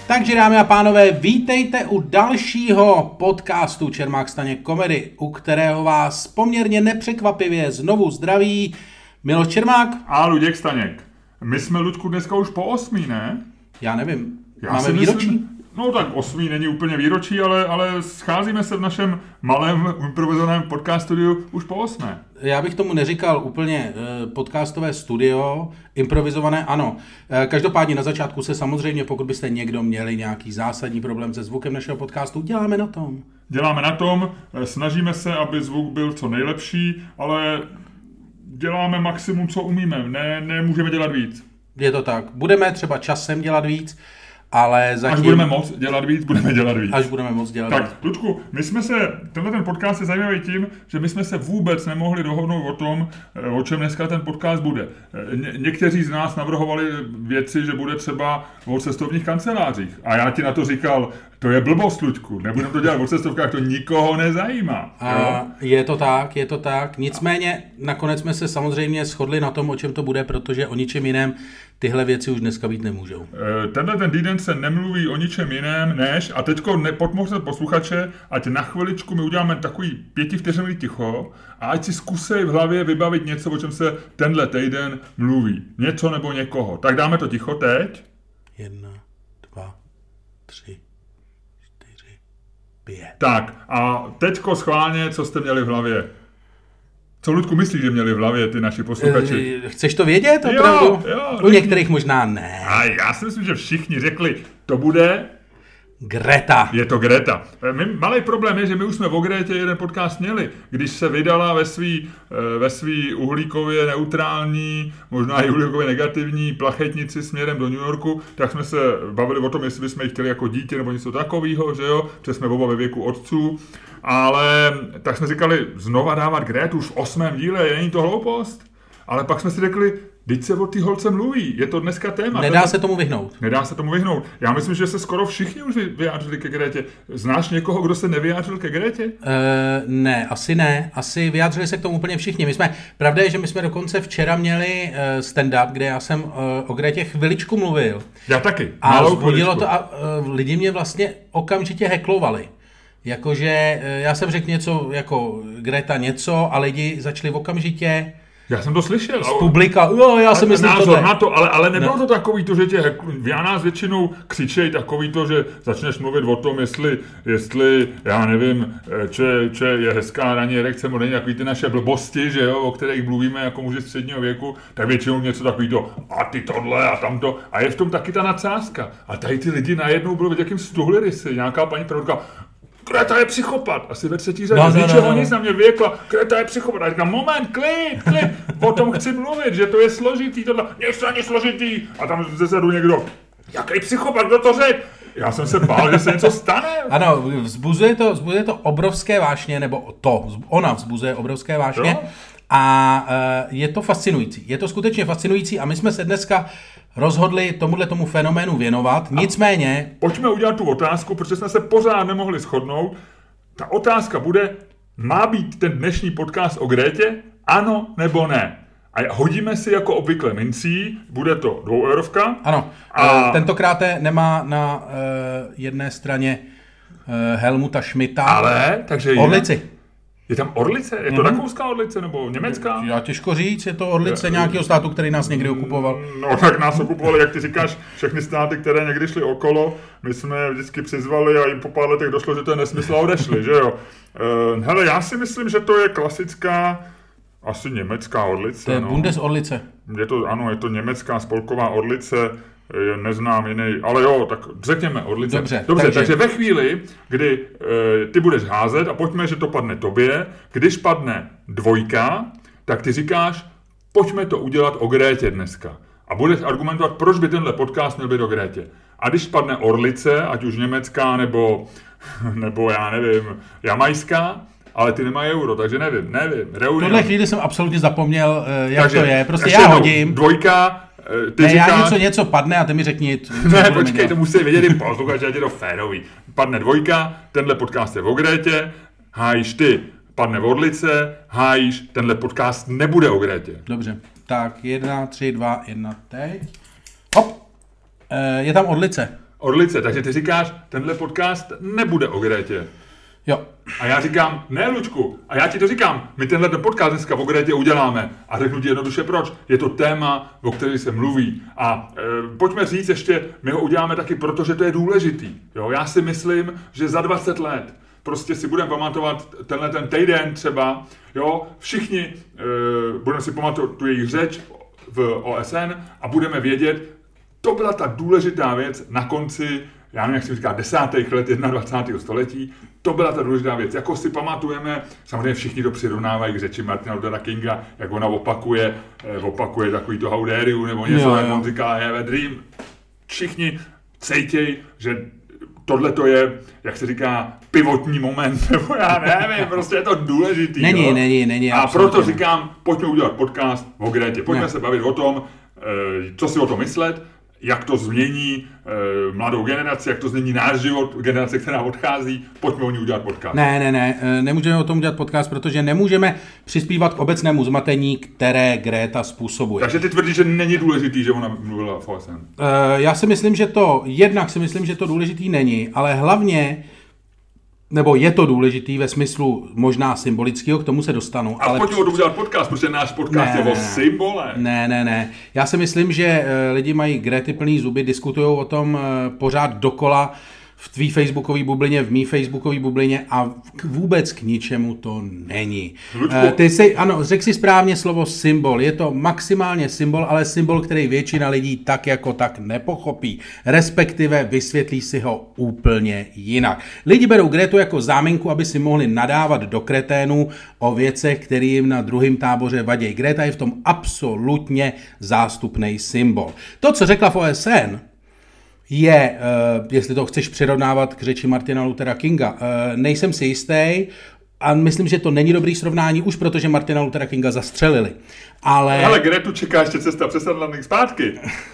Takže dámy a pánové, vítejte u dalšího podcastu Čermák Staněk Komedy, u kterého vás poměrně nepřekvapivě znovu zdraví Miloš Čermák a Luděk Staněk. My jsme, Luďku, dneska už po 8, ne? Já nevím. Máme výročí? No tak 8 není úplně výročí, ale scházíme se v našem malém improvizovaném podcast studiu už po 8. Já bych tomu neříkal úplně podcastové studio, improvizované, ano. Každopádně na začátku se samozřejmě, pokud byste někdo měli nějaký zásadní problém se zvukem našeho podcastu, děláme na tom, snažíme se, aby zvuk byl co nejlepší, ale děláme maximum, co umíme, nemůžeme dělat víc. Je to tak, budeme třeba časem dělat víc, ale zatím... Až budeme moc dělat víc, budeme dělat víc. Až budeme moc dělat víc. Tak, Luďku, tenhle ten podcast je zajímavý tím, že my jsme se vůbec nemohli dohodnout o tom, o čem dneska ten podcast bude. Někteří z nás navrhovali věci, že bude třeba o cestovních kancelářích. A já ti na to říkal, to je blbost, Luďku, nebudeme to dělat o cestovkách, to nikoho nezajímá. A je to tak. Nicméně nakonec jsme se samozřejmě shodli na tom, o čem to bude, protože o ničem jiném tyhle věci už dneska být nemůžou. Tenhle ten týden se nemluví o ničem jiném než, a teďko nepodmořte posluchače, ať na chviličku my uděláme takový 5vteřinový ticho a ať si zkusej v hlavě vybavit něco, o čem se tenhle týden mluví. Něco nebo někoho. Tak dáme to ticho teď. 1, 2, 3, 4, 5. Tak a teďko schválně, co jste měli v hlavě. Co, Ludku, myslíš, že měli v hlavě ty naši posluchači? Chceš to vědět opravdu? Jo. U některých možná ne. A já si myslím, že všichni řekli, to bude... Greta. Je to Greta. Malý problém je, že my už jsme o Gretě jeden podcast měli. Když se vydala ve svý uhlíkově neutrální, možná i uhlíkově negativní plachetnici směrem do New Yorku, tak jsme se bavili o tom, jestli bychom ji chtěli jako dítě nebo něco takového, že jo, protože jsme oba ve věku otců. Ale tak jsme říkali, znova dávat Gretu už v 8. díle, není to hloupost? Ale pak jsme si řekli, teď se o té holce mluví, je to dneska téma. Nedá se tomu vyhnout. Já myslím, že se skoro všichni už vyjádřili ke Gretě. Znáš někoho, kdo se nevyjádřil ke Gretě? Ne. Asi vyjádřili se k tomu úplně všichni. Pravda je, že my jsme dokonce včera měli stand-up, kde já jsem o Gretě chviličku mluvil. Já taky. A vzbudilo to a lidi mě vlastně okamžitě heklovali. Jakože já jsem řekl něco jako Greta něco a lidi začali okamžitě... Já jsem to slyšel. Z publika, já jsem myslel názor na to, ale nebylo to takový to, že tě já nás většinou křičej takový to, že začneš mluvit o tom, jestli já nevím, če je hezká ranní erekce, nebo není takový ty naše blbosti, že jo, o kterých mluvíme jako muži středního věku, tak většinou něco takový to, a ty tohle a tamto, a je v tom taky ta nadsázka. A tady ty lidi najednou bylo jakým stuhli rysy, nějaká paní pravdka, Greta je psychopat. Asi ve třetí řadě. Z ničeho nic na mě věkla. Greta je psychopat. A říkám, moment, klid. O tom chci mluvit, že to je složitý. Tohle. Něco ani složitý. A tam zezadu někdo. Jaký psychopat, kdo to řekl? Já jsem se bál, že se něco stane. Ano, vzbuzuje to obrovské vášně, nebo ona vzbuzuje obrovské vášně. Jo? A je to fascinující. Je to skutečně fascinující a my jsme se dneska rozhodli tomu fenoménu věnovat. Nicméně... Pojďme udělat tu otázku, protože jsme se pořád nemohli shodnout. Ta otázka bude, má být ten dnešní podcast o Grétě? Ano nebo ne? A hodíme si jako obvykle mincí, bude to 2 eurovka. Ano, a tentokrát nemá na jedné straně Helmuta Schmidta. Ale, takže Orlici. Je tam Orlice? Je to rakouská Orlice nebo německá? Já těžko říct, je to Orlice nějakého státu, který nás někdy okupoval. No tak nás okupovali, jak ty říkáš, všechny státy, které někdy šly okolo. My jsme je vždycky přizvali a jim po pár letech došlo, že to je nesmysl a odešli, že jo? Hele, já si myslím, že to je klasická, asi německá Orlice. To je Bundesorlice. Je to německá spolková Orlice. Neznám jiný, ale jo, tak řekněme Orlice. Dobře, takže ve chvíli, kdy ty budeš házet a pojďme, že to padne tobě, když padne 2, tak ty říkáš, pojďme to udělat o Grétě dneska. A budeš argumentovat, proč by tenhle podcast měl být o Grétě. A když padne Orlice, ať už německá nebo já nevím, jamajská, ale ty nemají euro, takže nevím. V tuhle chvíli jsem absolutně zapomněl, jak to je. Prostě já hodím. 2, ty říkáš... Já něco padne a ty mi řekni... Ne, počkej, to musí vědět i posluchač, ať je to férový. Padne 2, tenhle podcast je o Grétě, hájíš ty, padne Orlice, hájíš, tenhle podcast nebude o Grétě. Dobře, tak 1, 3, 2, 1, teď. Hop, je tam Orlice. Orlice, takže ty říkáš, tenhle podcast nebude o Grétě. Jo. A já říkám, ne, Lučku, a já ti to říkám, my tenhle podcast dneska o Grétě uděláme. A řeknu ti jednoduše proč. Je to téma, o kterém se mluví. A pojďme říct ještě, my ho uděláme taky proto, že to je důležitý. Jo? Já si myslím, že za 20 let prostě si budeme pamatovat tenhle ten týden třeba, jo, všichni budeme si pamatovat tu jejich řeč v OSN a budeme vědět, to byla ta důležitá věc na konci, já nevím, jak se říká, 10. let 21. století, to byla ta důležitá věc. Jako si pamatujeme, samozřejmě všichni to přirovnávají k řeči Martina Luthera Kinga, jak ona opakuje takový to Haudériu, nebo něco, jak on říká, have a dream. Všichni cítějí, že tohle to je, jak se říká, pivotní moment, nebo já nevím, prostě je to důležitý. Není. A proto říkám, pojďme udělat podcast o Grétě. Pojďme se bavit o tom, co si o tom myslet, jak to změní mladou generaci, jak to změní náš život, generace, která odchází, pojďme o ní udělat podcast. Nemůžeme o tom udělat podcast, protože nemůžeme přispívat k obecnému zmatení, které Greta způsobuje. Takže ty tvrdíš, že není důležitý, že ona mluvila v OSN? Já si myslím, že to důležitý není, ale hlavně, nebo je to důležitý ve smyslu možná symbolického, k tomu se dostanu. Ale pojďme o tom udělat podcast, protože náš podcast je o symbole. Ne. Já si myslím, že lidi mají Grety plný zuby, diskutují o tom pořád dokola v tvý facebookové bublině, v mý facebookové bublině a vůbec k ničemu to není. Řekl si správně slovo symbol. Je to maximálně symbol, ale symbol, který většina lidí tak jako tak nepochopí. Respektive vysvětlí si ho úplně jinak. Lidi berou Gretu jako záminku, aby si mohli nadávat do kreténů o věcech, které jim na druhém táboře vadí. Greta je v tom absolutně zástupný symbol. To, co řekla v OSN, je, jestli to chceš přirovnávat k řeči Martina Luthera Kinga, nejsem si jistý a myslím, že to není dobrý srovnání už, protože Martina Luthera Kinga zastřelili. Ale Gretu čeká ještě cesta přes Atlantik zpátky.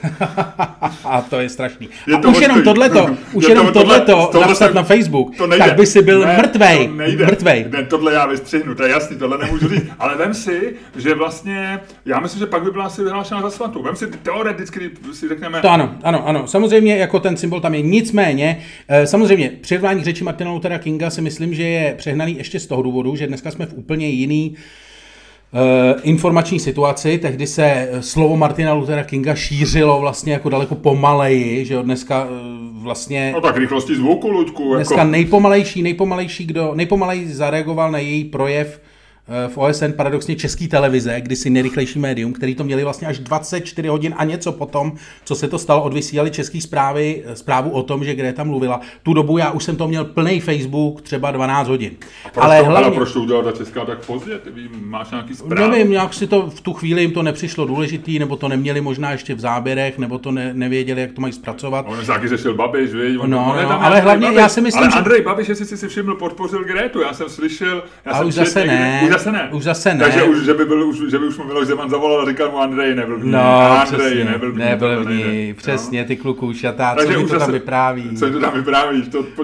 A to je strašný. A už jenom tohleto napsat na Facebook, tak by si byl mrtvej. Ne, tohle já vystřihnu, to je jasný, tohle nemůžu říct. Ale vem si, že vlastně, já myslím, že pak by byla asi vyhlášena za svatou. Vem si teoreticky, když si řekneme... To ano. Samozřejmě jako ten symbol tam je. Nicméně, samozřejmě přirovnání k řeči Martina Luthera Kinga si myslím, že je přehnaný ještě z toho důvodu, že dneska jsme v úplně jiný informační situaci. Tehdy se slovo Martina Luthera Kinga šířilo vlastně jako daleko pomaleji, že jo, dneska vlastně... No tak rychlosti zvuku, Luďku. Dneska nejpomalejší zareagoval na její projev v OSN paradoxně Český televize, kdysi nejrychlejší médium, který to měli vlastně až 24 hodin a něco potom, co se to stalo, odvysílali Český zprávu o tom, že Greta mluvila. Tu dobu já už jsem to měl plný Facebook, třeba 12 hodin. Ale proč to udělala ta Česká tak pozdě? Ty máš nějaký zpráv? Nevím, nějak si to v tu chvíli jim to nepřišlo důležitý, nebo to neměli možná ještě v záběrech, nebo to nevěděli, jak to mají zpracovat. On taky řešil Babiš, víš? Ale hlavně já si myslím, ale Andrej Babiš, jestli jsi si všiml, podpořil Gretu. Já jsem slyšel, už zase ne. Takže že by už mu Miloš Zeman zavolal a říkal mu Andrej neblbní. Neblbní, přesně, ty kluku šatá, co mi to tam vypráví. Co to tam vyprávíš,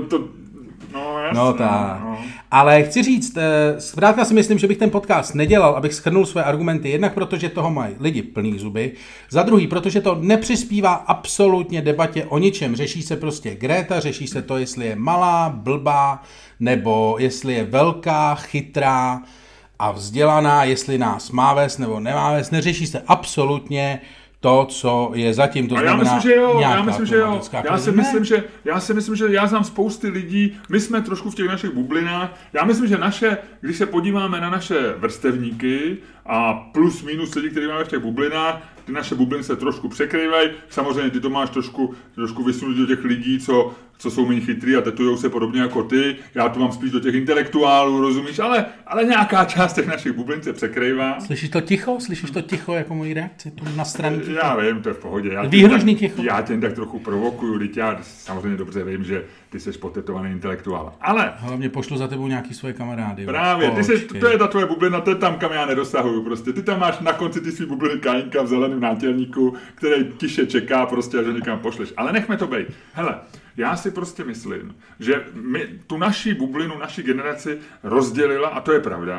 Ale chci říct, zkrátka si myslím, že bych ten podcast nedělal, abych shrnul své argumenty, jednak protože toho mají lidi plný zuby, za druhý, protože to nepřispívá absolutně debatě o ničem. Řeší se prostě Greta, řeší se to, jestli je malá, blbá, nebo jestli je velká, chytrá a vzdělaná, jestli nás má vést nebo nemá vést. Neřeší se absolutně to, co je zatím, to znamená já si myslím, že já znám spousty lidí, my jsme trošku v těch našich bublinách, já myslím, že když se podíváme na naše vrstevníky a plus minus lidi, kteří máme v těch bublinách, ty naše bubliny se trošku překrývají, samozřejmě ty to máš trošku vysunut do těch lidí, co jsou méně chytrý a tetujou se podobně jako ty, já to mám spíš do těch intelektuálů, rozumíš, ale nějaká část těch našich bublin se překrývá. Slyšíš to ticho jako moji reakci, tu na straně ticho? Já vím, to je v pohodě. Ticho. Já tě tak trochu provokuju, teď já samozřejmě dobře vím, že ty jsi potetovaný intelektuál, ale... Hlavně pošlu za tebou nějaký svoje kamarády. Právě, to je ta tvoje bublina, to je tam, kam já nedosahuju prostě. Ty tam máš na konci ty svý bubliny Kajínka v zeleném nátělníku, který tiše čeká prostě, až ho někam pošleš. Ale nechme to bejt. Hele, já si prostě myslím, že my tu naši bublinu, naši generaci rozdělila, a to je pravda,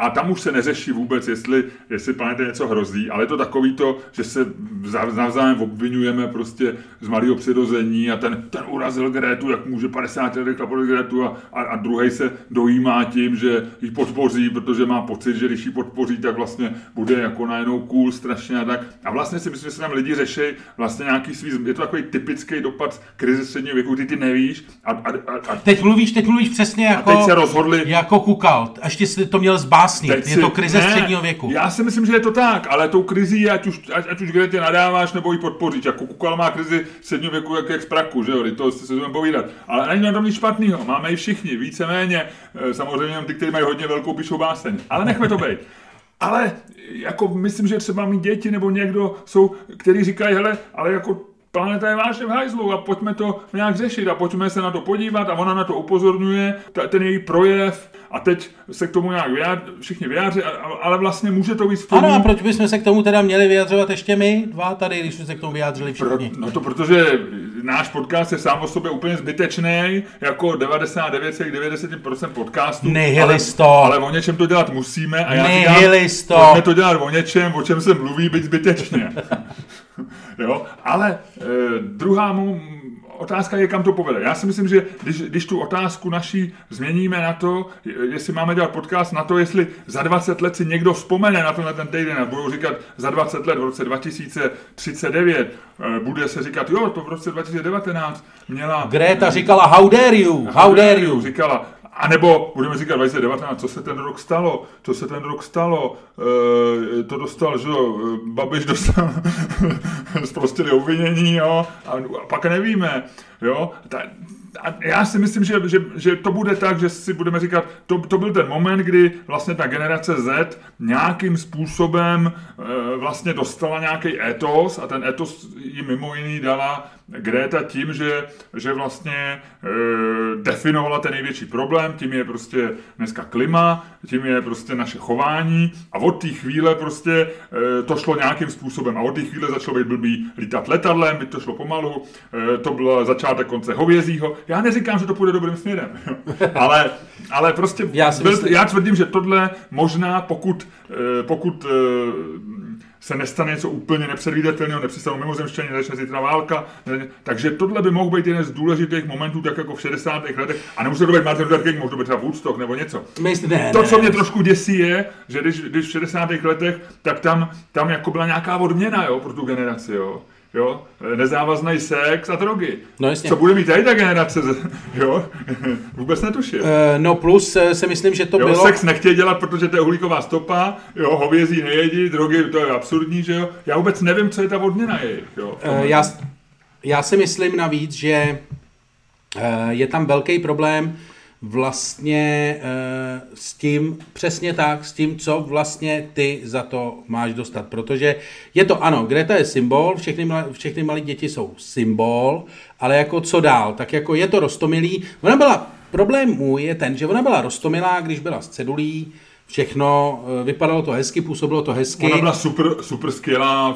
A tam už se neřeší vůbec, jestli planetě něco hrozí, ale je to takový to, že se navzájem obvinujeme prostě z malého přirození a ten urazil Grétu, jak může 50 let chlapovat Grétu a druhej se dojímá tím, že ji podpoří, protože má pocit, že když ji podpoří, tak vlastně bude jako najednou cool strašně a tak. A vlastně si myslím, že se tam lidi řeší vlastně nějaký svý, je to takový typický dopad krize středního věku, ty nevíš a teď mluvíš přesně jako, teď se rozhodli, jako Kukal, ještě jsi to měl zbásnit, je to krize středního věku. Já si myslím, že je to tak, ale tou krizí, ať už Gretě nadáváš, nebo ji podpoříš, jako Kukal má krizi středního věku jak z praku, že jo, to se budeme povídat. Ale není na tom nic špatného, máme ji všichni, víceméně, samozřejmě ty, kteří mají hodně velkou, píšou báseň, ale nechme to být. Ale jako myslím, že třeba mít děti nebo někdo jsou, kteří říkají, hele, ale jako planeta je vážně v hajzlu a pojďme to nějak řešit a pojďme se na to podívat a ona na to upozorňuje, ten její projev a teď se k tomu nějak všichni vyjádří, ale vlastně může to víc v tomu. Ano, a proč bychom se k tomu teda měli vyjadřovat ještě my dva tady, když jsme se k tomu vyjádřili všichni? Protože náš podcast je sám o sobě úplně zbytečný, jako 99,90% podcastů. Ale o něčem to dělat musíme a já říkám, pojďme to dělat o něčem, o čem se mluví, byť zbytečně. Jo, ale druhá otázka je, kam to povede. Já si myslím, že když tu otázku naší změníme na to, jestli máme dělat podcast na to, jestli za 20 let si někdo vzpomene na ten týden a budou říkat za 20 let, v roce 2039, bude se říkat, jo, to v roce 2019 měla... Greta říkala, how dare you? Říkala, a nebo budeme říkat 2019, co se ten rok stalo, to dostal, že jo, Babiš dostal zprostili obvinění, jo, a pak nevíme, jo. A já si myslím, že to bude tak, že si budeme říkat, to byl ten moment, kdy vlastně ta generace Z nějakým způsobem vlastně dostala nějaký etos a ten etos jí mimo jiný dala Greta tím, že vlastně definovala ten největší problém, tím je prostě dneska klima, tím je prostě naše chování a od té chvíle prostě to šlo nějakým způsobem a od té chvíle začalo být blbý lítat letadlem, byť to šlo pomalu, to byl začátek konce hovězího. Já neříkám, že to půjde dobrým směrem, ale prostě já tvrdím, že tohle možná, pokud se nestane něco úplně nepředvídatelného, nepřestanou mimozemšťané, začne zítra válka, takže tohle by mohl být jeden z důležitých momentů, tak jako v 60. letech, a nemusí to být Martin Luther King, může to být třeba Woodstock nebo něco. Co mě trošku děsí je, že když v 60. letech, tak tam jako byla nějaká odměna, jo, pro tu generaci, jo, nezávazný sex a drogy. No jasně. Co bude mít tady ta generace, jo, vůbec netuším. No plus si myslím, že to bylo... Sex nechtějí dělat, protože to je uhlíková stopa, jo, hovězí nejedí, drogy, to je absurdní, že jo. Já vůbec nevím, co je ta odměna jejich, jo. Já si myslím navíc, že je tam velký problém vlastně s tím, přesně tak, s tím, co vlastně ty za to máš dostat, protože je to, ano, Greta je symbol, všechny malé děti jsou symbol, ale jako co dál, tak jako je to roztomilý, problém můj je ten, že ona byla roztomilá, když byla s cedulí, všechno, vypadalo to hezky, působilo to hezky. Ona byla super skvělá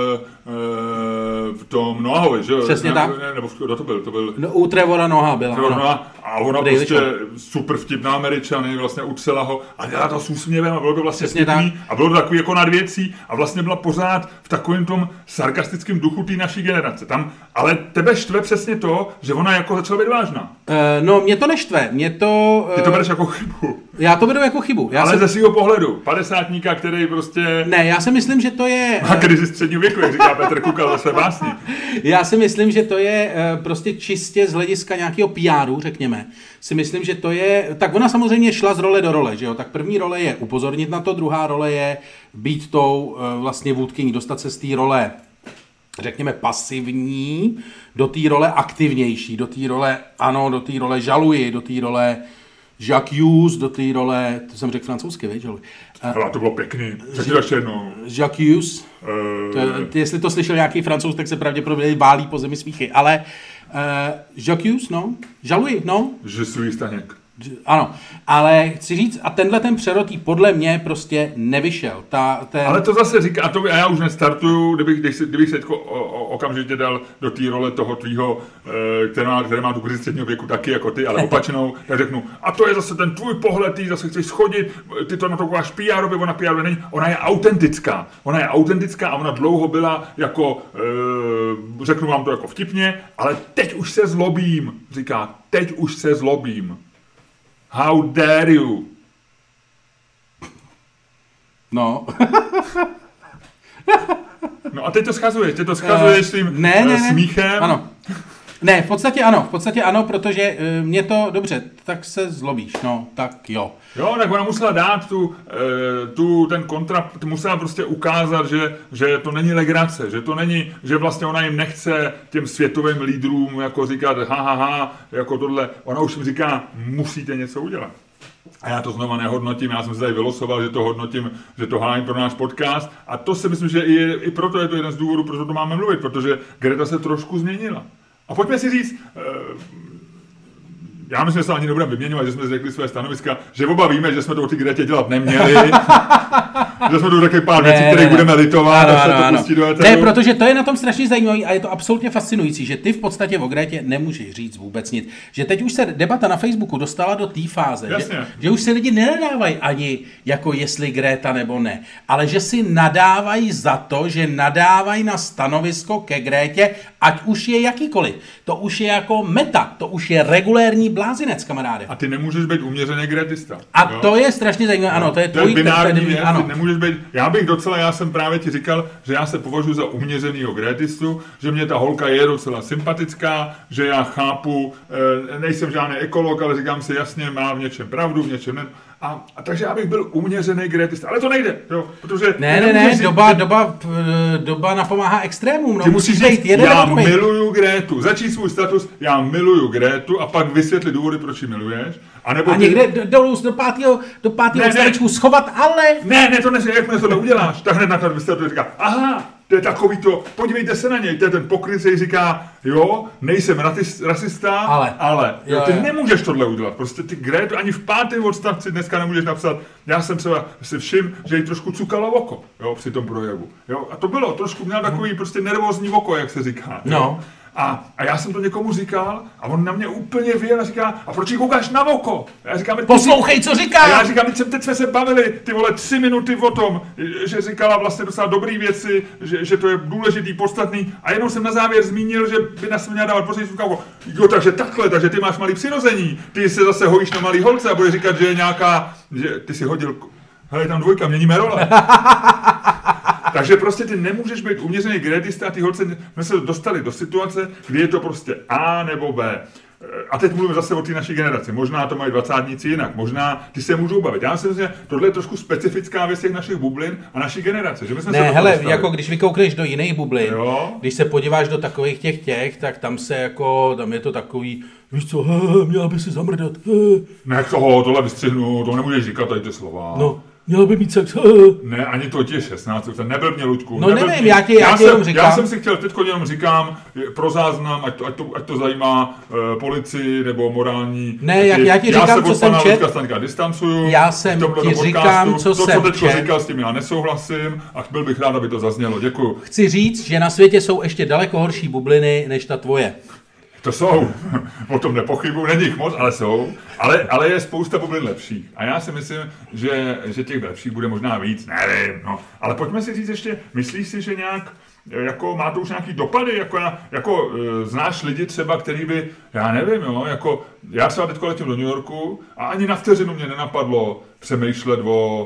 v tom Noahovi, že jo? Přesně tak. Nebo kdo to byl? No, u Trevora Noah byla. A ona prostě super vtipná Američany, vlastně utřela ho a dělala to s úsměvem a bylo to vlastně vtipný a bylo to takový jako nad věcí a vlastně byla pořád v takovém tom sarkastickém duchu té naší generace. Ale tebe štve přesně to, že ona jako začala být vážná. No, mě to neštve, Ty to bereš jako chybu. Já to beru jako chybu. Ale ze svého pohledu, padesátníka, který prostě... Ne, já si myslím, že to je... Má krizi středního věku, jak říká Petr Kukal ve své básni. Já si myslím, že to je prostě čistě z hlediska nějakého PR-u, řekněme. Si myslím, že to je... Tak ona samozřejmě šla z role do role, že jo? Tak první role je upozornit na to, druhá role je být tou vlastně vůdkyní, dostat se z té role, řekněme, pasivní, do té role aktivnější, do té role žaluji, do té role Jacques, do té role, to jsem řekl francouzsky, víš, žaluji. Hele, to bylo pěkný. Řekni to ještě jednou. Jacques. Jestli to slyšel nějaký Francouz, tak se pravděpodobně bálí po zemi smíchy, ale Jacques, no, žaluji, no. Je suis Staněk. ano. Ale chci říct, a tenhle ten přerod podle mě prostě nevyšel. Ale to zase říká, a já už nestartuju, kdybych se okamžitě dal do té role toho tvýho, který má tu krizi středního věku taky jako ty, ale opačnou, tak řeknu, a to je zase ten tvůj pohled, ty zase chceš schodit, ty to na to koukáš PR-ově, ona PR-ově není, ona je autentická a ona dlouho byla jako, řeknu vám to jako vtipně, ale teď už se zlobím, říká, teď už se zlobím. How dare you? No. No a teď to schazuješ svým smíchem. Ano. Ne, v podstatě ano, protože mě to, dobře, tak se zlobíš, no, tak jo. Jo, tak ona musela dát ten kontra, musela prostě ukázat, že to není legrace, že to není, že vlastně ona jim nechce těm světovým lídrům jako říkat jako tohle, ona už jim říká, musíte něco udělat. A já to znova nehodnotím, já jsem se tady vylosoval, že to hodnotím, že to hájím pro náš podcast a to si myslím, že i proto je to jeden z důvodů, proč to máme mluvit, protože Greta se trošku změnila. A pojďme si říct, já myslím, že se ani nebudeme vyměňovat, že jsme řekli své stanoviska, že oba víme, že jsme to o té Gretě dělat neměli, že jsme tu řekli pár věcí, které budeme litovat, a se to pustí do éteru. Ne, protože to je na tom strašně zajímavé a je to absolutně fascinující, že ty v podstatě o Gretě nemůžeš říct vůbec nic. Že teď už se debata na Facebooku dostala do té fáze, že už se lidi nenadávají ani jako jestli Greta nebo ne, ale že si nadávají za to, že nadávají na stanovisko ke Grétě, ať už je jakýkoliv. To už je jako meta, to už je regulérní blázinec, kamaráde. A ty nemůžeš být uměřený gretista. A jo? To je strašně zajímavé, ano, to je tvůj binární věc, nemůžeš být, já jsem právě ti říkal, že já se považuji za uměřenýho gretistu, že mě ta holka je docela sympatická, že já chápu, nejsem žádný ekolog, ale říkám si jasně, má v něčem pravdu, v něčem ne. A takže já bych byl uměřený gretista, ale to nejde, jo, protože... Ne, doba napomáhá extrémům, no, ty musíš říct, já miluju Grétu, začít svůj status, já miluju Grétu a pak vysvětlit důvody, proč ji miluješ. A někde dolů do pátého odstavečku schovat, ale... Ne, to nesmí, jak tohle uděláš, tak hned na to vysvětluje, říká, aha, to je takový to, podívejte se na něj, to je ten pokrycej, říká, jo, nejsem rasista, ale ty nemůžeš tohle udělat, prostě ty Grétu ani v 5. odstavci dneska nemůžeš napsat, já jsem třeba si všiml, že jí trošku cukalo oko, jo, při tom projevu, jo, a to bylo, trošku měl takový prostě nervózní oko, jak se říká, no. A já jsem to někomu říkal a on na mě úplně vyjel a říká, a proč jí koukáš na oko? A já říkám, poslouchej, co říká! A já říkám, teď jsme se bavili, ty vole, 3 minuty o tom, že říkala vlastně docela dobrý věci, že to je důležitý, podstatný a jenom jsem na závěr zmínil, že by nás měla dávat poslední oko. Jo, takže takhle, takže ty máš malý přirození, ty se zase hojíš na malý holce a bude říkat, že je nějaká, že ty si hodil, hele, tam 2, měníme role. Takže prostě ty nemůžeš být uměřený gretista a ty holce jsme se dostali do situace, kdy je to prostě A nebo B. A teď mluvím zase o té naší generaci. Možná to mají 20níci jinak, možná ty se můžou bavit. Já si myslím, že tohle je trošku specifická věc těch našich bublin a naší generace. Že my jsme ne, hele, jako když vykoukneš do jiných bublin, když se podíváš do takových těch, tak tam je to takový, víš co, měla by si zamrdat. Ne, tohle vystřihnu, to nemůžeš říkat tady ty slova. No. Měl by mít sex. Ne, ani to je 16, to nebyl mě, Luďku. No nevím, já ti jenom říkám. Já jsem si chtěl, teďko jenom říkám, pro záznam, ať to zajímá policii nebo morální. Ne, já ti říkám, co jsem čet. Já distancuju. Já jsem ti říkám, co jsem čet. To, co teďko říkal, s tím já nesouhlasím a byl bych rád, aby to zaznělo. Děkuju. Chci říct, že na světě jsou ještě daleko horší bubliny, než ta tvoje. To jsou, o tom nepochybuju, není jich moc, ale jsou, ale je spousta bublin lepších. A já si myslím, že těch lepších bude možná víc, nevím, no. Ale pojďme si říct ještě, myslíš si, že nějak, jako má to už nějaký dopady, jako znáš lidi třeba, který by, já nevím, jo, jako, já třeba teďko letím do New Yorku a ani na vteřinu mě nenapadlo přemýšlet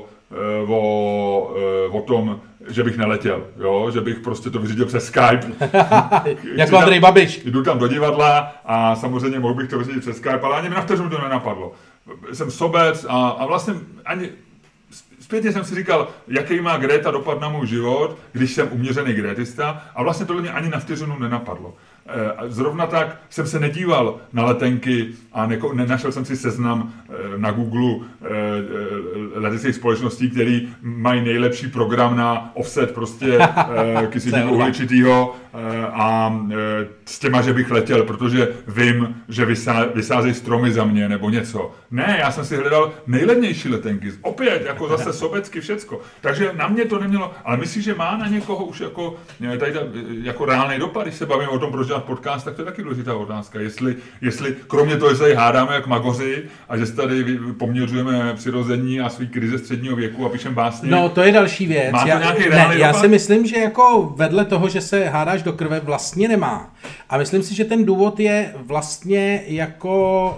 o tom, že bych neletěl, jo? Že bych prostě to vyřídil přes Skype. Jako Andrej Babiš. Jdu tam do divadla a samozřejmě mohl bych to vyřídit přes Skype, ale ani mi na vteřinu to nenapadlo. Jsem sobec a vlastně ani zpětně jsem si říkal, jaký má Greta dopad na můj život, když jsem uměřený gretista a vlastně tohle mě ani na vteřinu nenapadlo. Zrovna tak jsem se nedíval na letenky a nenašel jsem si seznam na Google leteckých společností, který mají nejlepší program na offset prostě kyslíku uhličitýho a s těma, že bych letěl, protože vím, že vysázejí stromy za mě nebo něco. Ne, já jsem si hledal nejlevnější letenky. Opět, jako zase sobecky všecko. Takže na mě to nemělo, ale myslím, že má na někoho už jako reálný dopad, když se bavíme o tom, proč dělat podcast, tak to je taky důležitá otázka. Jestli kromě toho, že se tady hádáme jak magoři a že se tady poměřujeme přirození a svý krize středního věku a píšem básně. No, to je další věc. Má to nějaký reálný dopad? Já si myslím, že jako vedle toho, že se hádáš do krve, vlastně nemá. A myslím si, že ten důvod je vlastně jako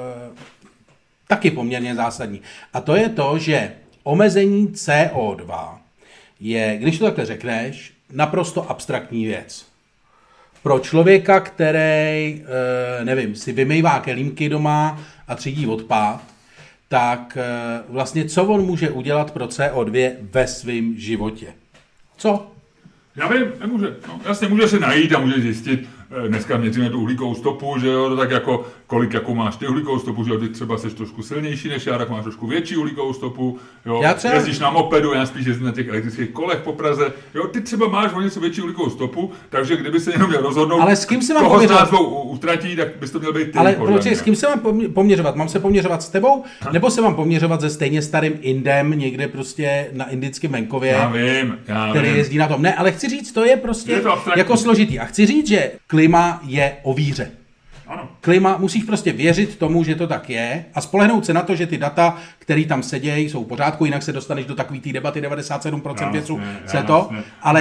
taky poměrně zásadní. A to je to, že omezení CO2 je, když to takhle řekneš, naprosto abstraktní věc. Pro člověka, který, nevím, si vymývá kelímky doma a třídí odpad, tak vlastně co on může udělat pro CO2 ve svém životě? Co? Já vím, nemůže. No, jasně, může se najít a může zjistit, dneska měříme tu uhlíkovou stopu, že jo, tak jako kolik jako máš ty uhlíkovou stopu, že jo, ty třeba jsi trošku silnější než já, tak máš trošku větší uhlíkovou stopu, jo, jezdíš na mopedu, já spíš jezdím na těch elektrických kolech po Praze, jo, ty třeba máš o něco větší uhlíkovou stopu, takže kdyby se jenom měl rozhodnout, ale s kým se mám koho z nás utratí, tak bys to měl být ty. Ale proč, s kým se mám poměřovat? Mám se poměřovat s tebou, nebo se mám poměřovat se stejně starým Indem někde prostě na indickém venkově, já vím. Který jezdí na tom. Ne, ale chci říct, to je prostě jako složitý. A chci říct, že klima je o víře. Ano. Klima, musíš prostě věřit tomu, že to tak je a spolehnout se na to, že ty data, které tam sedějí, jsou v pořádku, jinak se dostaneš do takový té debaty 97% věců se to, ale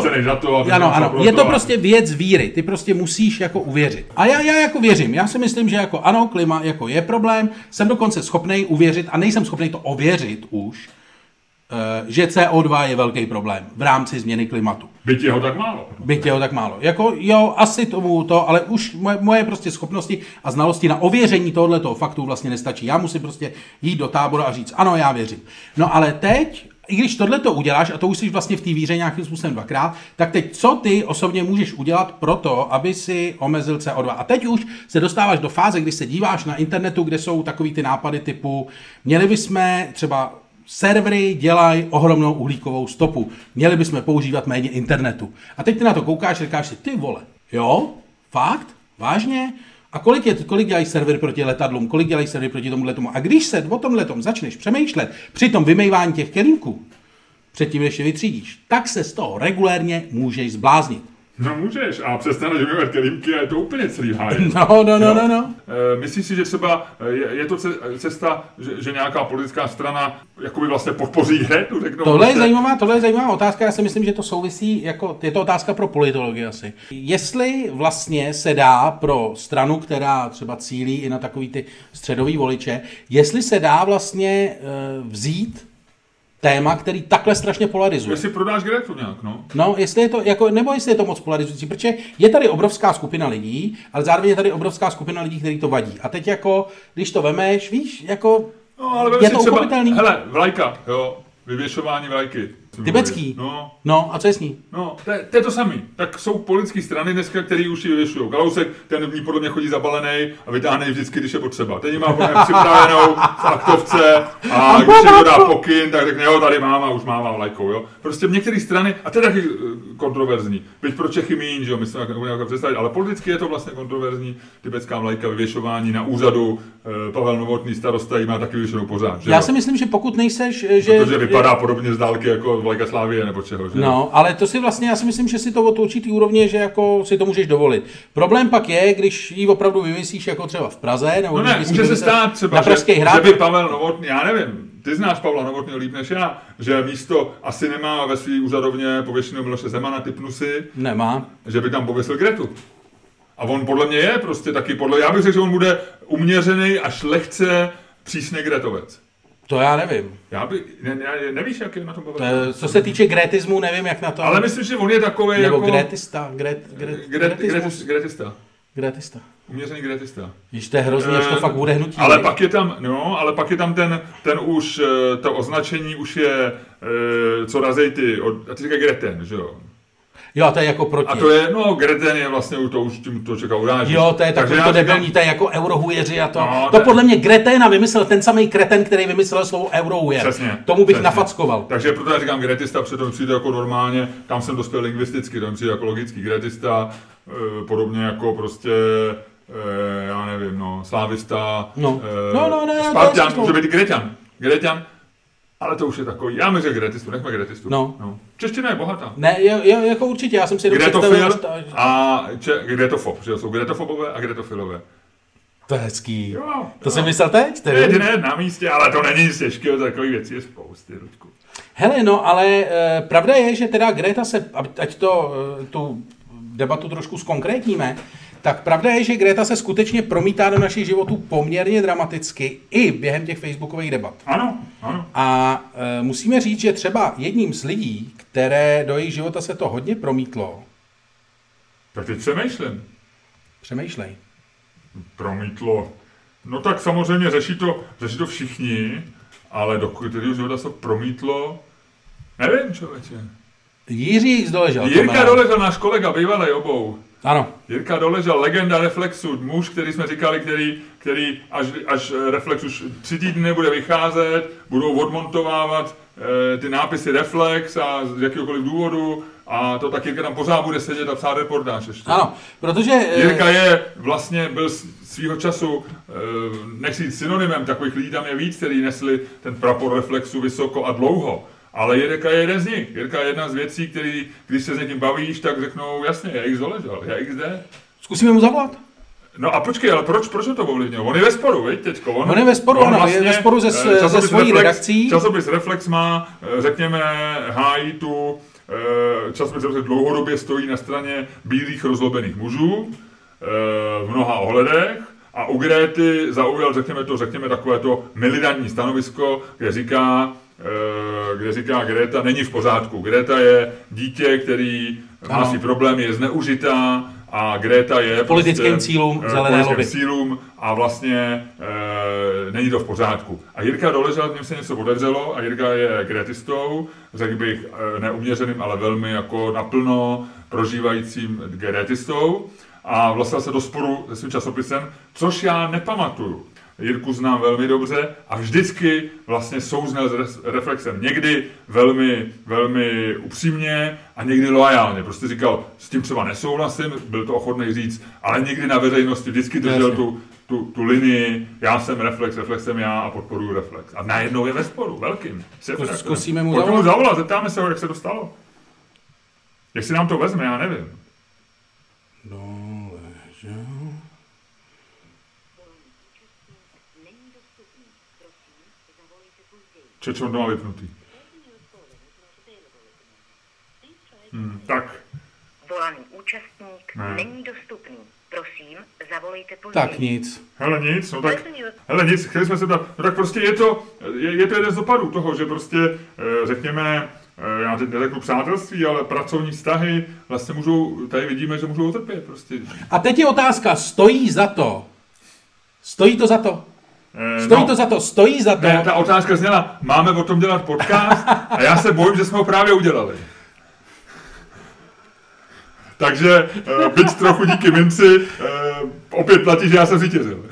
je to prostě věc víry, ty prostě musíš jako uvěřit. A já jako věřím, já si myslím, že jako ano, klima jako je problém, jsem dokonce schopnej uvěřit a nejsem schopnej to ověřit už, že CO2 je velký problém v rámci změny klimatu. Byť je ho tak málo. Jako jo, asi tomu to, ale už moje prostě schopnosti a znalosti na ověření tohoto faktu vlastně nestačí. Já musím prostě jít do tábora a říct, ano, já věřím. No ale teď, i když tohleto uděláš, a to už jsi vlastně v té víře nějakým způsobem dvakrát, tak teď co ty osobně můžeš udělat pro to, aby si omezil CO2? A teď už se dostáváš do fáze, kdy se díváš na internetu, kde jsou takový ty nápady typu, měli bychom třeba servery dělají ohromnou uhlíkovou stopu. Měli bychom používat méně internetu. A teď ty na to koukáš a říkáš si, ty vole, jo? Fakt? Vážně? A kolik dělají servery proti letadlům? Kolik dělají servery proti tomuhletomu? A když se o tomhletom začneš přemýšlet při tom vymývání těch kelímků, předtím, než je vytřídíš, tak se z toho regulérně můžeš zbláznit. No můžeš a přestaneš vymývat kelímky a je to úplně celý háj. No. Myslíš si, že třeba je to cesta, že nějaká politická strana jakoby vlastně podpoří Gretu? Tohle je zajímavá otázka, já si myslím, že to souvisí, jako, je to otázka pro politologii asi. Jestli vlastně se dá pro stranu, která třeba cílí i na takový ty středový voliče, jestli se dá vlastně vzít téma, který takhle strašně polarizuje. Jestli prodáš Gretu nějak, no. No, jestli je to, jako, nebo jestli je to moc polarizující, protože je tady obrovská skupina lidí, ale zároveň je tady obrovská skupina lidí, který to vadí. A teď jako, když to vemeš, víš, jako, no, ale je to uchopitelný. Hele, vlajka, jo, vyvěšování vlajky. Tibetský? No, a co je s ní? No, to je to samý. Tak jsou politické strany dneska, který už ji vyvěšují. Kalousek, ten v ní podle mě chodí zabalený a vytáhne ji vždycky, když je potřeba. Ten ji má podle mě připravenou v aktovce a když se to dá pokyn, tak řekne, jo, tady mám a už mává vlajkou, jo. Prostě v některé strany, a to je taky kontroverzní, byť pro Čechy míň, že jo, my se to představit, ale politicky je to vlastně kontroverzní, tibetská vlajka, vyvěšování na úřadu, Pavel Novotný starosta jí má taky vyvěšenou pořád, že já si myslím, že pokud nejseš, že... Protože vypadá podobně z dálky jako vlajka Slávie nebo čeho, že? No, ale to si vlastně, já si myslím, že si to od určitý úrovně, že jako si to můžeš dovolit. Problém pak je, když ji opravdu vyvěsíš jako třeba v Praze, nebo může se stát třeba, že by Pavel Novotný, já nevím, ty znáš Pavla Novotného líp než já, že místo asi nemá ve své úřadovně pověšeného Miloše Zemana, typnu si, nemá, že by tam pověsil Gretu. A on podle mě je prostě taky já bych řekl, že on bude uměřený až lehce přísný gretovec. To já nevím. Nevíš, jak je na tom Pavel? Co se týče gretismu, nevím, jak na to. Ale myslím, že on je takový nebo jako... gretista. Gretista. Uměřený gretista. Když to je hrozný, až to fakt bude hnutí. Ale pak je tam ten už, to označení už je, co razej ty, a ty říkají Greten, že jo? Jo, to je jako proti. A to je, Greten je vlastně už tím to čeká uráží. Jo, to je takový to debilní, to je jako eurohujeři a to. No, to podle mě Gretena vymyslel ten samý kreten, který vymyslel slovo eurohujer. Přesně. Tomu bych nafackoval. Takže proto já říkám gretista, protože to mi přijde jako normálně, tam jsem dospěl lingvisticky, to mi přijde jako logický gretista, podobně jako prostě, já nevím, slávista, Spartan, může být Greťan. Ale to už je takový, já mi řekl gretistu, nechme gretistu. No. Čeština je bohatá. Ne, jako určitě, já jsem si Gretofil a gretofob, že jsou gretofobové a gretofilové. To je hezký. Jo. To jsem myslel teď? Jediné na místě, ale to není nic těžkého, takových věcí je spousty, Luďku. Hele, ale pravda je, že teda Greta se, ať tu debatu trošku zkonkrétníme, tak pravda je, že Greta se skutečně promítá do našich životů poměrně dramaticky i během těch facebookových debat. Ano. A musíme říct, že třeba jedním z lidí, které do jejich života se to hodně promítlo. Tak teď přemýšlím. Přemýšlej. Promítlo. No tak samozřejmě řeší to všichni, ale do kterého života se promítlo, nevím, člověče. Jiří Doležal. Jirka Doležal, náš kolega, bývalý obou. Ano. Jirka Doležal, legenda Reflexu, muž, který jsme říkali, který až Reflex už 3 týdny nebude vycházet, budou odmontovávat ty nápisy Reflex a z jakéhokoliv důvodu a to tak Jirka tam pořád bude sedět a psát reportáž ještě. Ano, protože... Jirka byl svýho času, nechci jít synonymem, takových lidí tam je víc, kteří nesli ten prapor Reflexu vysoko a dlouho. Ale Jirka je jeden z nich. Jirka je jedna z věcí, který, když se s někým bavíš, tak řeknou, jasně, je X Doležal, je XD. Zkusíme mu zavolat. No a počkej, ale proč to ovlivnilo? On je ve sporu, viď, teďko? On je ve sporu, je ve sporu ze svojí redakcí. Časopis Reflex má, řekněme, hájí tu, časopis Reflex dlouhodobě stojí na straně bílých rozlobených mužů v mnoha ohledech. A u Grety zaujal, řekněme takové to militantní stanovisko, kde říká Greta není v pořádku. Greta je dítě, který má si problémy, je zneužitá a Greta je politickým cílům a vlastně není to v pořádku. A Jirka Doležal, něm se něco odevřelo a Jirka je gretistou, řekl bych neuměřeným, ale velmi jako naplno prožívajícím gretistou a vlastně se do sporu se svým časopisem, což já nepamatuju. Jirku znám velmi dobře a vždycky vlastně souzněl s Reflexem. Někdy velmi, velmi upřímně a někdy loajálně. Prostě říkal, s tím třeba nesouhlasím, byl to ochotný říct, ale někdy na veřejnosti vždycky držel tu linii, já jsem Reflex, Reflex jsem já a podporuji Reflex. A najednou je ve sporu, velkým. Zkusíme mu zavolat, zeptáme se ho, jak se to stalo. Jak si nám to vezme, já nevím. Čečo, on to má vypnutý. Tak. Volaný účastník není dostupný. Prosím, zavolejte později. Tak nic. Hele nic, chtěli jsme se ptát. No tak prostě je to jeden z dopadů toho, že prostě, řekněme, já teď neřeknu přátelství, ale pracovní vztahy vlastně tady vidíme, že můžou utrpět prostě. A teď je otázka, stojí za to? Stojí to za to? Stojí za to. Ne, ta otázka zněla, máme o tom dělat podcast a já se bojím, že jsme ho právě udělali. Takže byť trochu díky minci, opět platí, že já jsem zvítězil.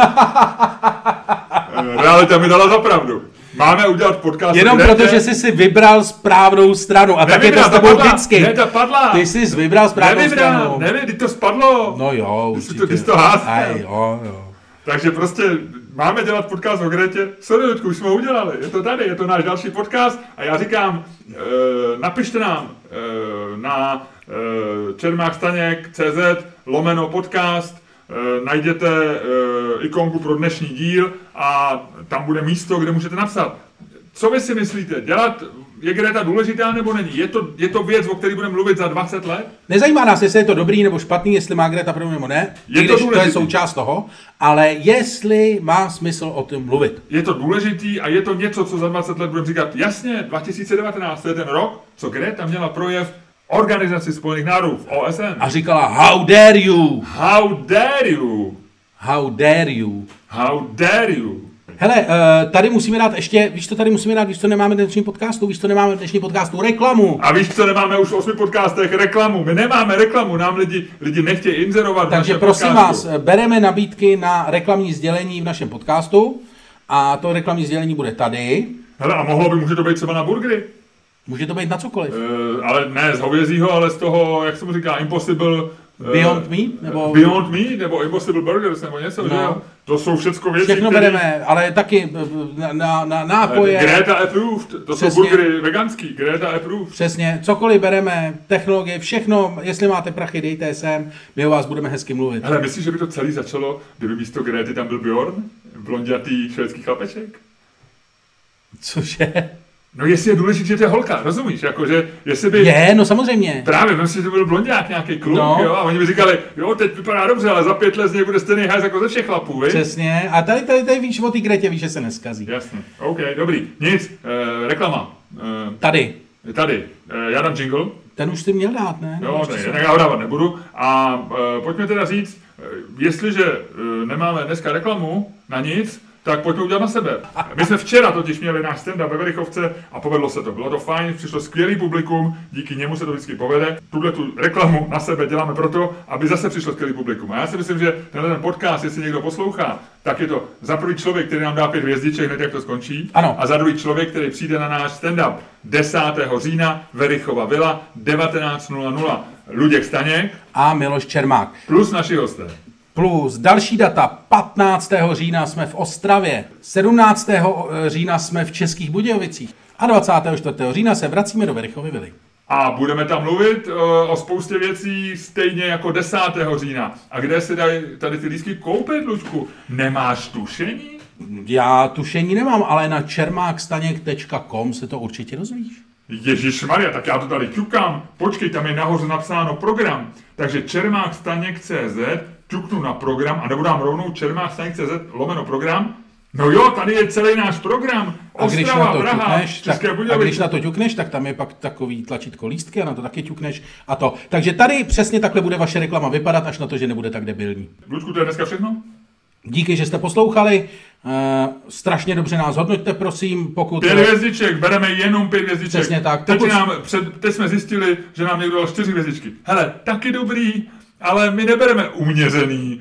Realita mi dala za pravdu. Máme udělat podcast. Jenom protože jsi si vybral správnou stranu. A tak je to s tebou vždycky. Ne, ta padla. Ty jsi vybral správnou stranu. Nevím, když to spadlo. No jo, určitě. Když to házal. Jo. Takže prostě máme dělat podcast o Gretě. Sorry, Ludku, už jsme ho udělali. Je to tady, je to náš další podcast. A já říkám, napište nám na čermákstaněk.cz/podcast, najděte ikonku pro dnešní díl a tam bude místo, kde můžete napsat. Co vy si myslíte? Je Greta důležitá nebo není? Je to věc, o které budeme mluvit za 20 let? Nezajímá nás, jestli je to dobrý nebo špatný, jestli má Greta pravdu nebo ne. To je součást toho, ale jestli má smysl o tom mluvit. Je to důležitý a je to něco, co za 20 let budeme říkat. Jasně, 2019 je ten rok, co Greta měla projev Organizaci spojených národů v OSN. A říkala, how dare you? How dare you? How dare you? How dare you? Hele, tady musíme dát ještě, víš co nemáme v dnešním podcastu, reklamu. A víš co nemáme už v 8 podcastech reklamu, my nemáme reklamu, nám lidi nechtějí inzerovat. Takže prosím vás, bereme nabídky na reklamní sdělení v našem podcastu a to reklamní sdělení bude tady. Hele, a může to být třeba na burgery? Může to být na cokoliv. Ale ne z hovězího, ale z toho, jak se mu říká, Impossible... Beyond Meat? Nebo... Beyond Meat, nebo Impossible Burgers, nebo něco, no. Že? To jsou všecko věci, všechno bereme, ale taky na nápoje. Greta approved, to přesně. Jsou burgery veganský, Greta approved. Přesně, cokoliv bereme, technologie, všechno, jestli máte prachy, dejte sem, my o vás budeme hezky mluvit. Hele, myslíš, že by to celé začalo, kdyby místo Grety tam byl Bjorn, blondětý švédský chlapeček? Cože? No jestli je důležité, že to je holka, rozumíš? Jakože, jestli by... no samozřejmě. Právě, myslím, že to byl blonďák, nějaký kluk, jo? A oni mi říkali, jo, teď vypadá dobře, ale za 5 let z něj bude stejný hajz jako ze všech chlapů, víš? Přesně, a tady víš o té Gretě, víš, že se neskazí. Jasně, OK, dobrý. Nic, reklama. Tady. Já dám jingle. Ten už jsi měl dát, ne? Jo, ne, já ho dávat nebudu. A pojďme teda říct, jestliže nemáme dneska reklamu na nic, tak pojďme udělat na sebe. My jsme včera totiž měli náš stand-up ve Verichovce a povedlo se to. Bylo to fajn, přišlo skvělý publikum, díky němu se to vždycky povede. Tu reklamu na sebe děláme proto, aby zase přišlo skvělý publikum. A já si myslím, že tenhle podcast, jestli někdo poslouchá, tak je to za první člověk, který nám dá 5 hvězdiček, hned jak to skončí. Ano. A za druhý člověk, který přijde na náš stand-up 10. října, Verichova vila, 19:00. Luděk Staněk a Miloš Čermák. Plus naši hosté. Plus další data, 15. října jsme v Ostravě, 17. října jsme v Českých Budějovicích a 24. října se vracíme do Verichovy vily. A budeme tam mluvit o spoustě věcí stejně jako 10. října. A kde se dají tady ty lístky koupit, Luďku? Nemáš tušení? Já tušení nemám, ale na čermákstaněk.com se to určitě dozvíš. Ježišmarja, tak já to tady ťukám. Počkej, tam je nahoře napsáno program. Takže čermákstaněk.cz, ťuknu na program a nebo dám rovnou čermákstaněk.cz/program. No jo, tady je celý náš program. Ostrava, Praha, České Budějovice. A když na to ťukneš, tak tam je pak takový tlačítko lístky a na to taky ťukneš a to. Takže tady přesně takhle bude vaše reklama vypadat, až na to, že nebude tak debilní. Luďku, to je dneska všechno? Díky, že jste poslouchali. Strašně dobře nás hodnoťte, prosím. 5 hvězdiček, bereme jenom 5 hvězdiček. Přesně tak. Teď jsme zjistili, že nám někdo dal 4 hvězdičky. Hele, taky dobrý, ale my nebereme uměřený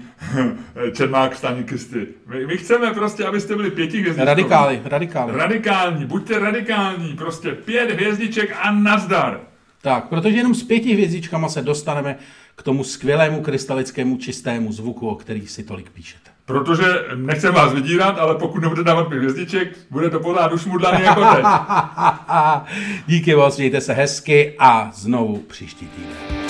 Čermák stanikisty. My chceme prostě, abyste byli 5 hvězdičky. Radikální, buďte radikální, prostě 5 hvězdiček a nazdar. Tak, protože jenom s 5 hvězdičkama se dostaneme k tomu skvělému krystalickému čistému zvuku, o který si tolik píšete. Protože nechcem vás vydírat, ale pokud nebudete dávat 5 hvězdiček, bude to pořád už mudlaný jako teď. Díky moc, mějte se hezky a znovu příští týden.